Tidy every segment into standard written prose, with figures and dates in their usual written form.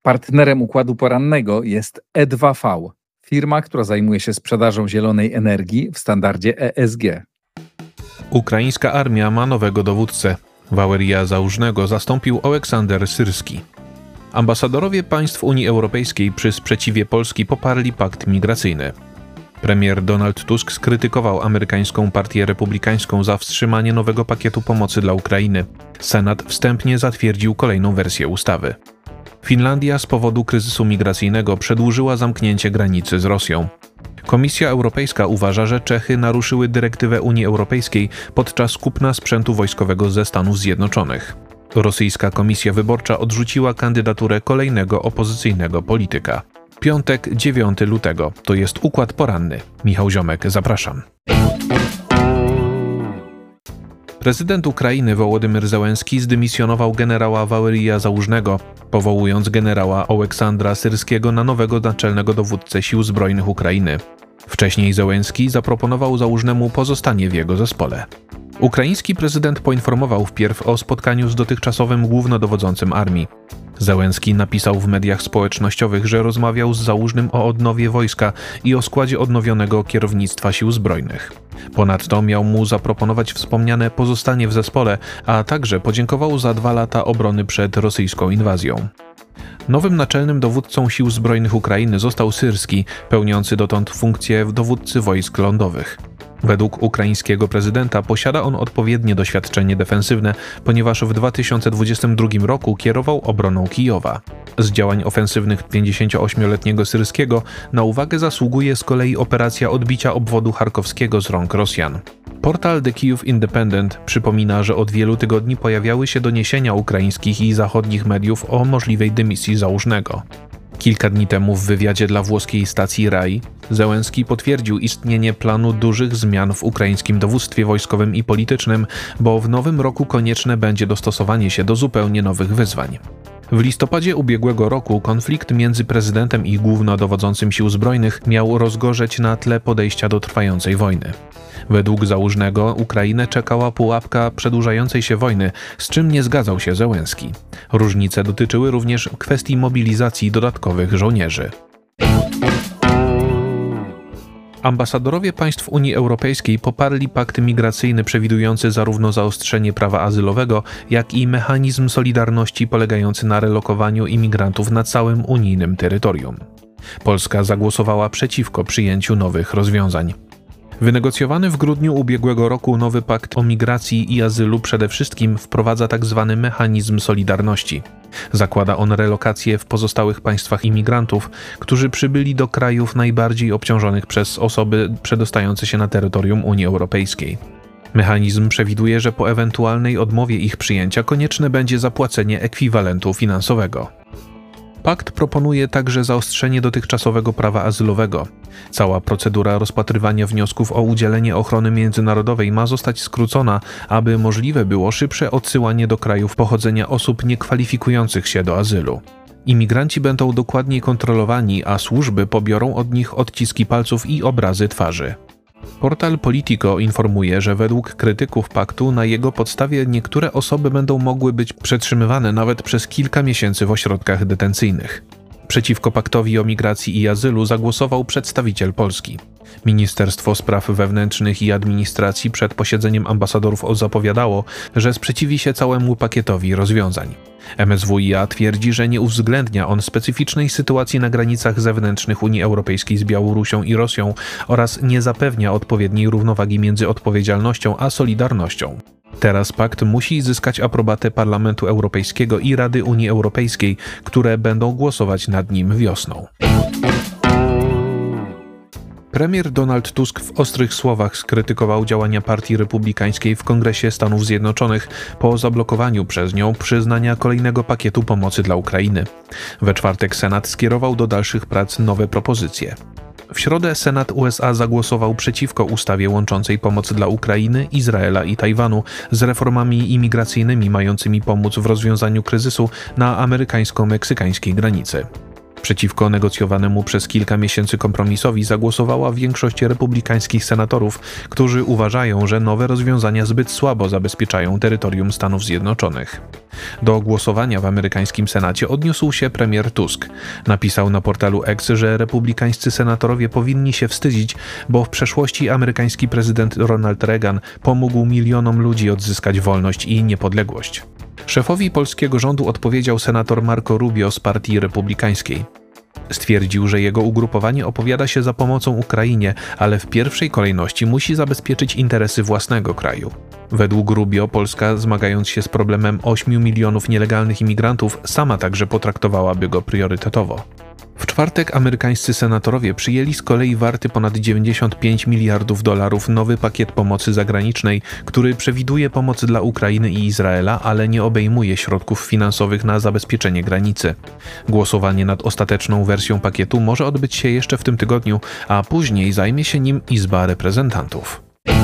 Partnerem układu porannego jest E2V, firma, która zajmuje się sprzedażą zielonej energii w standardzie ESG. Ukraińska armia ma nowego dowódcę. Walerija Załużnego zastąpił Oleksander Syrski. Ambasadorowie państw Unii Europejskiej przy sprzeciwie Polski poparli pakt migracyjny. Premier Donald Tusk skrytykował amerykańską partię republikańską za wstrzymanie nowego pakietu pomocy dla Ukrainy. Senat wstępnie zatwierdził kolejną wersję ustawy. Finlandia z powodu kryzysu migracyjnego przedłużyła zamknięcie granicy z Rosją. Komisja Europejska uważa, że Czechy naruszyły dyrektywę Unii Europejskiej podczas kupna sprzętu wojskowego ze Stanów Zjednoczonych. Rosyjska Komisja Wyborcza odrzuciła kandydaturę kolejnego opozycyjnego polityka. Piątek, 9 lutego. To jest Układ Poranny. Michał Ziomek, zapraszam. Prezydent Ukrainy Wołodymyr Zełenski zdymisjonował generała Walerija Załużnego, powołując generała Oleksandra Syrskiego na nowego naczelnego dowódcę Sił Zbrojnych Ukrainy. Wcześniej Zełenski zaproponował Załużnemu pozostanie w jego zespole. Ukraiński prezydent poinformował wpierw o spotkaniu z dotychczasowym głównodowodzącym armii. Zełenski napisał w mediach społecznościowych, że rozmawiał z Załużnym o odnowie wojska i o składzie odnowionego kierownictwa Sił Zbrojnych. Ponadto miał mu zaproponować wspomniane pozostanie w zespole, a także podziękował za 2 lata obrony przed rosyjską inwazją. Nowym naczelnym dowódcą Sił Zbrojnych Ukrainy został Syrski, pełniący dotąd funkcję dowódcy wojsk lądowych. Według ukraińskiego prezydenta posiada on odpowiednie doświadczenie defensywne, ponieważ w 2022 roku kierował obroną Kijowa. Z działań ofensywnych 58-letniego Syrskiego na uwagę zasługuje z kolei operacja odbicia obwodu charkowskiego z rąk Rosjan. Portal The Kyiv Independent przypomina, że od wielu tygodni pojawiały się doniesienia ukraińskich i zachodnich mediów o możliwej dymisji Załużnego. Kilka dni temu w wywiadzie dla włoskiej stacji RAI Zełenski potwierdził istnienie planu dużych zmian w ukraińskim dowództwie wojskowym i politycznym, bo w nowym roku konieczne będzie dostosowanie się do zupełnie nowych wyzwań. W listopadzie ubiegłego roku konflikt między prezydentem i głównodowodzącym Sił Zbrojnych miał rozgorzeć na tle podejścia do trwającej wojny. Według Załużnego Ukrainę czekała pułapka przedłużającej się wojny, z czym nie zgadzał się Zełenski. Różnice dotyczyły również kwestii mobilizacji dodatkowych żołnierzy. Ambasadorowie państw Unii Europejskiej poparli pakt migracyjny przewidujący zarówno zaostrzenie prawa azylowego, jak i mechanizm solidarności polegający na relokowaniu imigrantów na całym unijnym terytorium. Polska zagłosowała przeciwko przyjęciu nowych rozwiązań. Wynegocjowany w grudniu ubiegłego roku nowy pakt o migracji i azylu przede wszystkim wprowadza tzw. mechanizm solidarności. Zakłada on relokację w pozostałych państwach imigrantów, którzy przybyli do krajów najbardziej obciążonych przez osoby przedostające się na terytorium Unii Europejskiej. Mechanizm przewiduje, że po ewentualnej odmowie ich przyjęcia konieczne będzie zapłacenie ekwiwalentu finansowego. Pakt proponuje także zaostrzenie dotychczasowego prawa azylowego. Cała procedura rozpatrywania wniosków o udzielenie ochrony międzynarodowej ma zostać skrócona, aby możliwe było szybsze odsyłanie do krajów pochodzenia osób niekwalifikujących się do azylu. Imigranci będą dokładniej kontrolowani, a służby pobiorą od nich odciski palców i obrazy twarzy. Portal Politico informuje, że według krytyków paktu na jego podstawie niektóre osoby będą mogły być przetrzymywane nawet przez kilka miesięcy w ośrodkach detencyjnych. Przeciwko paktowi o migracji i azylu zagłosował przedstawiciel Polski. Ministerstwo Spraw Wewnętrznych i Administracji przed posiedzeniem ambasadorów zapowiadało, że sprzeciwi się całemu pakietowi rozwiązań. MSWiA twierdzi, że nie uwzględnia on specyficznej sytuacji na granicach zewnętrznych Unii Europejskiej z Białorusią i Rosją oraz nie zapewnia odpowiedniej równowagi między odpowiedzialnością a solidarnością. Teraz pakt musi zyskać aprobatę Parlamentu Europejskiego i Rady Unii Europejskiej, które będą głosować nad nim wiosną. Premier Donald Tusk w ostrych słowach skrytykował działania Partii Republikańskiej w Kongresie Stanów Zjednoczonych po zablokowaniu przez nią przyznania kolejnego pakietu pomocy dla Ukrainy. We czwartek Senat skierował do dalszych prac nowe propozycje. W środę Senat USA zagłosował przeciwko ustawie łączącej pomoc dla Ukrainy, Izraela i Tajwanu z reformami imigracyjnymi mającymi pomóc w rozwiązaniu kryzysu na amerykańsko-meksykańskiej granicy. Przeciwko negocjowanemu przez kilka miesięcy kompromisowi zagłosowała większość republikańskich senatorów, którzy uważają, że nowe rozwiązania zbyt słabo zabezpieczają terytorium Stanów Zjednoczonych. Do głosowania w amerykańskim Senacie odniósł się premier Tusk. Napisał na portalu X, że republikańscy senatorowie powinni się wstydzić, bo w przeszłości amerykański prezydent Ronald Reagan pomógł milionom ludzi odzyskać wolność i niepodległość. Szefowi polskiego rządu odpowiedział senator Marco Rubio z Partii Republikańskiej. Stwierdził, że jego ugrupowanie opowiada się za pomocą Ukrainie, ale w pierwszej kolejności musi zabezpieczyć interesy własnego kraju. Według Rubio Polska, zmagając się z problemem 8 milionów nielegalnych imigrantów, sama także potraktowałaby go priorytetowo. W czwartek amerykańscy senatorowie przyjęli z kolei warty ponad 95 miliardów dolarów nowy pakiet pomocy zagranicznej, który przewiduje pomoc dla Ukrainy i Izraela, ale nie obejmuje środków finansowych na zabezpieczenie granicy. Głosowanie nad ostateczną wersją pakietu może odbyć się jeszcze w tym tygodniu, a później zajmie się nim Izba Reprezentantów.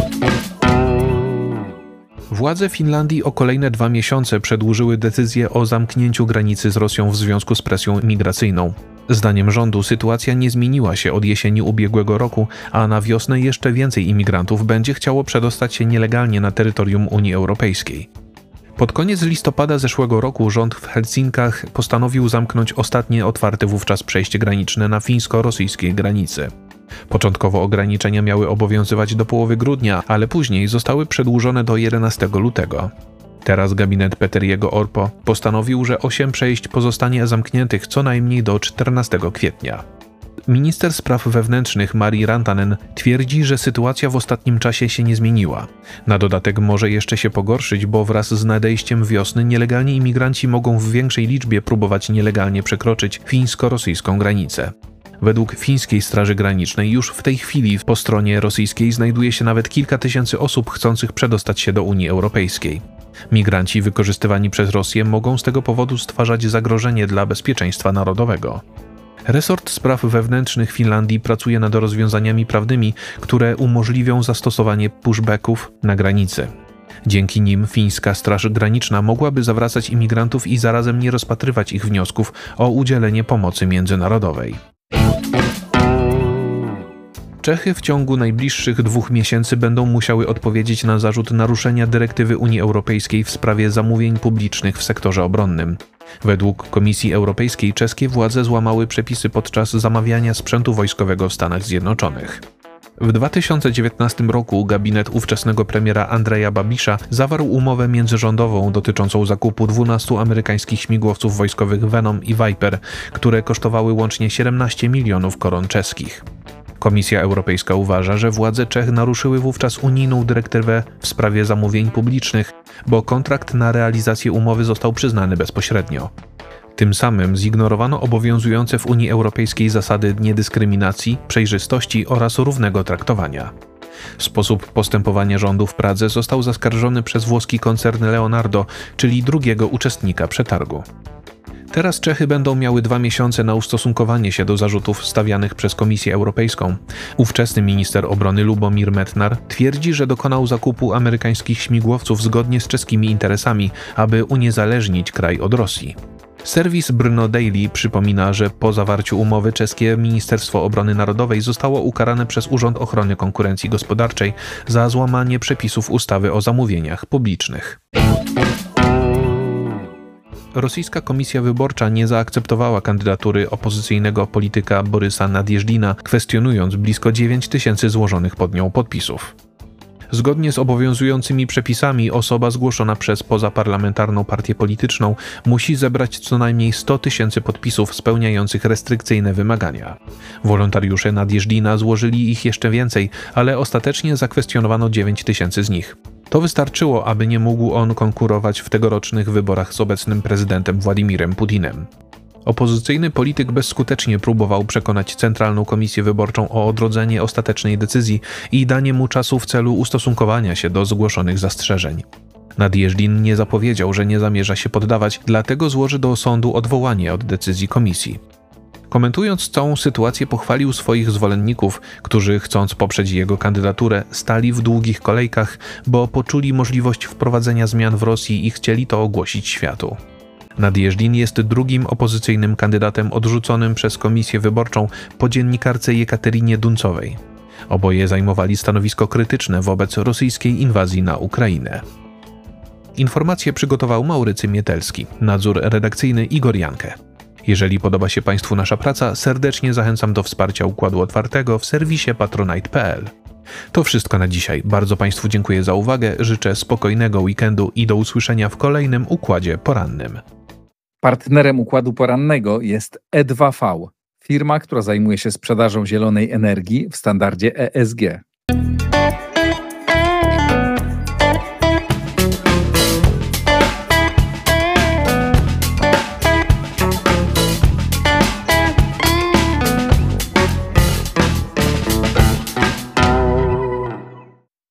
Władze Finlandii o kolejne 2 miesiące przedłużyły decyzję o zamknięciu granicy z Rosją w związku z presją migracyjną. Zdaniem rządu sytuacja nie zmieniła się od jesieni ubiegłego roku, a na wiosnę jeszcze więcej imigrantów będzie chciało przedostać się nielegalnie na terytorium Unii Europejskiej. Pod koniec listopada zeszłego roku rząd w Helsinkach postanowił zamknąć ostatnie otwarte wówczas przejście graniczne na fińsko-rosyjskiej granicy. Początkowo ograniczenia miały obowiązywać do połowy grudnia, ale później zostały przedłużone do 11 lutego. Teraz gabinet Peteriego Orpo postanowił, że 8 przejść pozostanie zamkniętych co najmniej do 14 kwietnia. Minister spraw wewnętrznych Mari Rantanen twierdzi, że sytuacja w ostatnim czasie się nie zmieniła. Na dodatek może jeszcze się pogorszyć, bo wraz z nadejściem wiosny nielegalni imigranci mogą w większej liczbie próbować nielegalnie przekroczyć fińsko-rosyjską granicę. Według fińskiej Straży Granicznej już w tej chwili po stronie rosyjskiej znajduje się nawet kilka tysięcy osób chcących przedostać się do Unii Europejskiej. Migranci wykorzystywani przez Rosję mogą z tego powodu stwarzać zagrożenie dla bezpieczeństwa narodowego. Resort Spraw Wewnętrznych Finlandii pracuje nad rozwiązaniami prawnymi, które umożliwią zastosowanie pushbacków na granicy. Dzięki nim fińska Straż Graniczna mogłaby zawracać imigrantów i zarazem nie rozpatrywać ich wniosków o udzielenie pomocy międzynarodowej. Czechy w ciągu najbliższych 2 miesięcy będą musiały odpowiedzieć na zarzut naruszenia dyrektywy Unii Europejskiej w sprawie zamówień publicznych w sektorze obronnym. Według Komisji Europejskiej czeskie władze złamały przepisy podczas zamawiania sprzętu wojskowego w Stanach Zjednoczonych. W 2019 roku gabinet ówczesnego premiera Andreja Babisza zawarł umowę międzyrządową dotyczącą zakupu 12 amerykańskich śmigłowców wojskowych Venom i Viper, które kosztowały łącznie 17 milionów koron czeskich. Komisja Europejska uważa, że władze Czech naruszyły wówczas unijną dyrektywę w sprawie zamówień publicznych, bo kontrakt na realizację umowy został przyznany bezpośrednio. Tym samym zignorowano obowiązujące w Unii Europejskiej zasady niedyskryminacji, przejrzystości oraz równego traktowania. Sposób postępowania rządu w Pradze został zaskarżony przez włoski koncern Leonardo, czyli drugiego uczestnika przetargu. Teraz Czechy będą miały 2 miesiące na ustosunkowanie się do zarzutów stawianych przez Komisję Europejską. Ówczesny minister obrony Lubomir Metnar twierdzi, że dokonał zakupu amerykańskich śmigłowców zgodnie z czeskimi interesami, aby uniezależnić kraj od Rosji. Serwis Brno Daily przypomina, że po zawarciu umowy czeskie Ministerstwo Obrony Narodowej zostało ukarane przez Urząd Ochrony Konkurencji Gospodarczej za złamanie przepisów ustawy o zamówieniach publicznych. Rosyjska Komisja Wyborcza nie zaakceptowała kandydatury opozycyjnego polityka Borysa Nadjeżdina, kwestionując blisko 9 000 złożonych pod nią podpisów. Zgodnie z obowiązującymi przepisami osoba zgłoszona przez pozaparlamentarną partię polityczną musi zebrać co najmniej 100 000 podpisów spełniających restrykcyjne wymagania. Wolontariusze Nadjeżdina złożyli ich jeszcze więcej, ale ostatecznie zakwestionowano 9 000 z nich. To wystarczyło, aby nie mógł on konkurować w tegorocznych wyborach z obecnym prezydentem Władimirem Putinem. Opozycyjny polityk bezskutecznie próbował przekonać Centralną Komisję Wyborczą o odrodzenie ostatecznej decyzji i danie mu czasu w celu ustosunkowania się do zgłoszonych zastrzeżeń. Nadjeżdin nie zapowiedział, że nie zamierza się poddawać, dlatego złoży do sądu odwołanie od decyzji komisji. Komentując całą sytuację, pochwalił swoich zwolenników, którzy chcąc poprzeć jego kandydaturę, stali w długich kolejkach, bo poczuli możliwość wprowadzenia zmian w Rosji i chcieli to ogłosić światu. Nadjeżdżin jest drugim opozycyjnym kandydatem odrzuconym przez komisję wyborczą po dziennikarce Jekaterynie Duncowej. Oboje zajmowali stanowisko krytyczne wobec rosyjskiej inwazji na Ukrainę. Informacje przygotował Maurycy Mietelski, nadzór redakcyjny Igor Jankę. Jeżeli podoba się Państwu nasza praca, serdecznie zachęcam do wsparcia Układu Otwartego w serwisie patronite.pl. To wszystko na dzisiaj. Bardzo Państwu dziękuję za uwagę, życzę spokojnego weekendu i do usłyszenia w kolejnym Układzie Porannym. Partnerem Układu Porannego jest E2V, firma, która zajmuje się sprzedażą zielonej energii w standardzie ESG.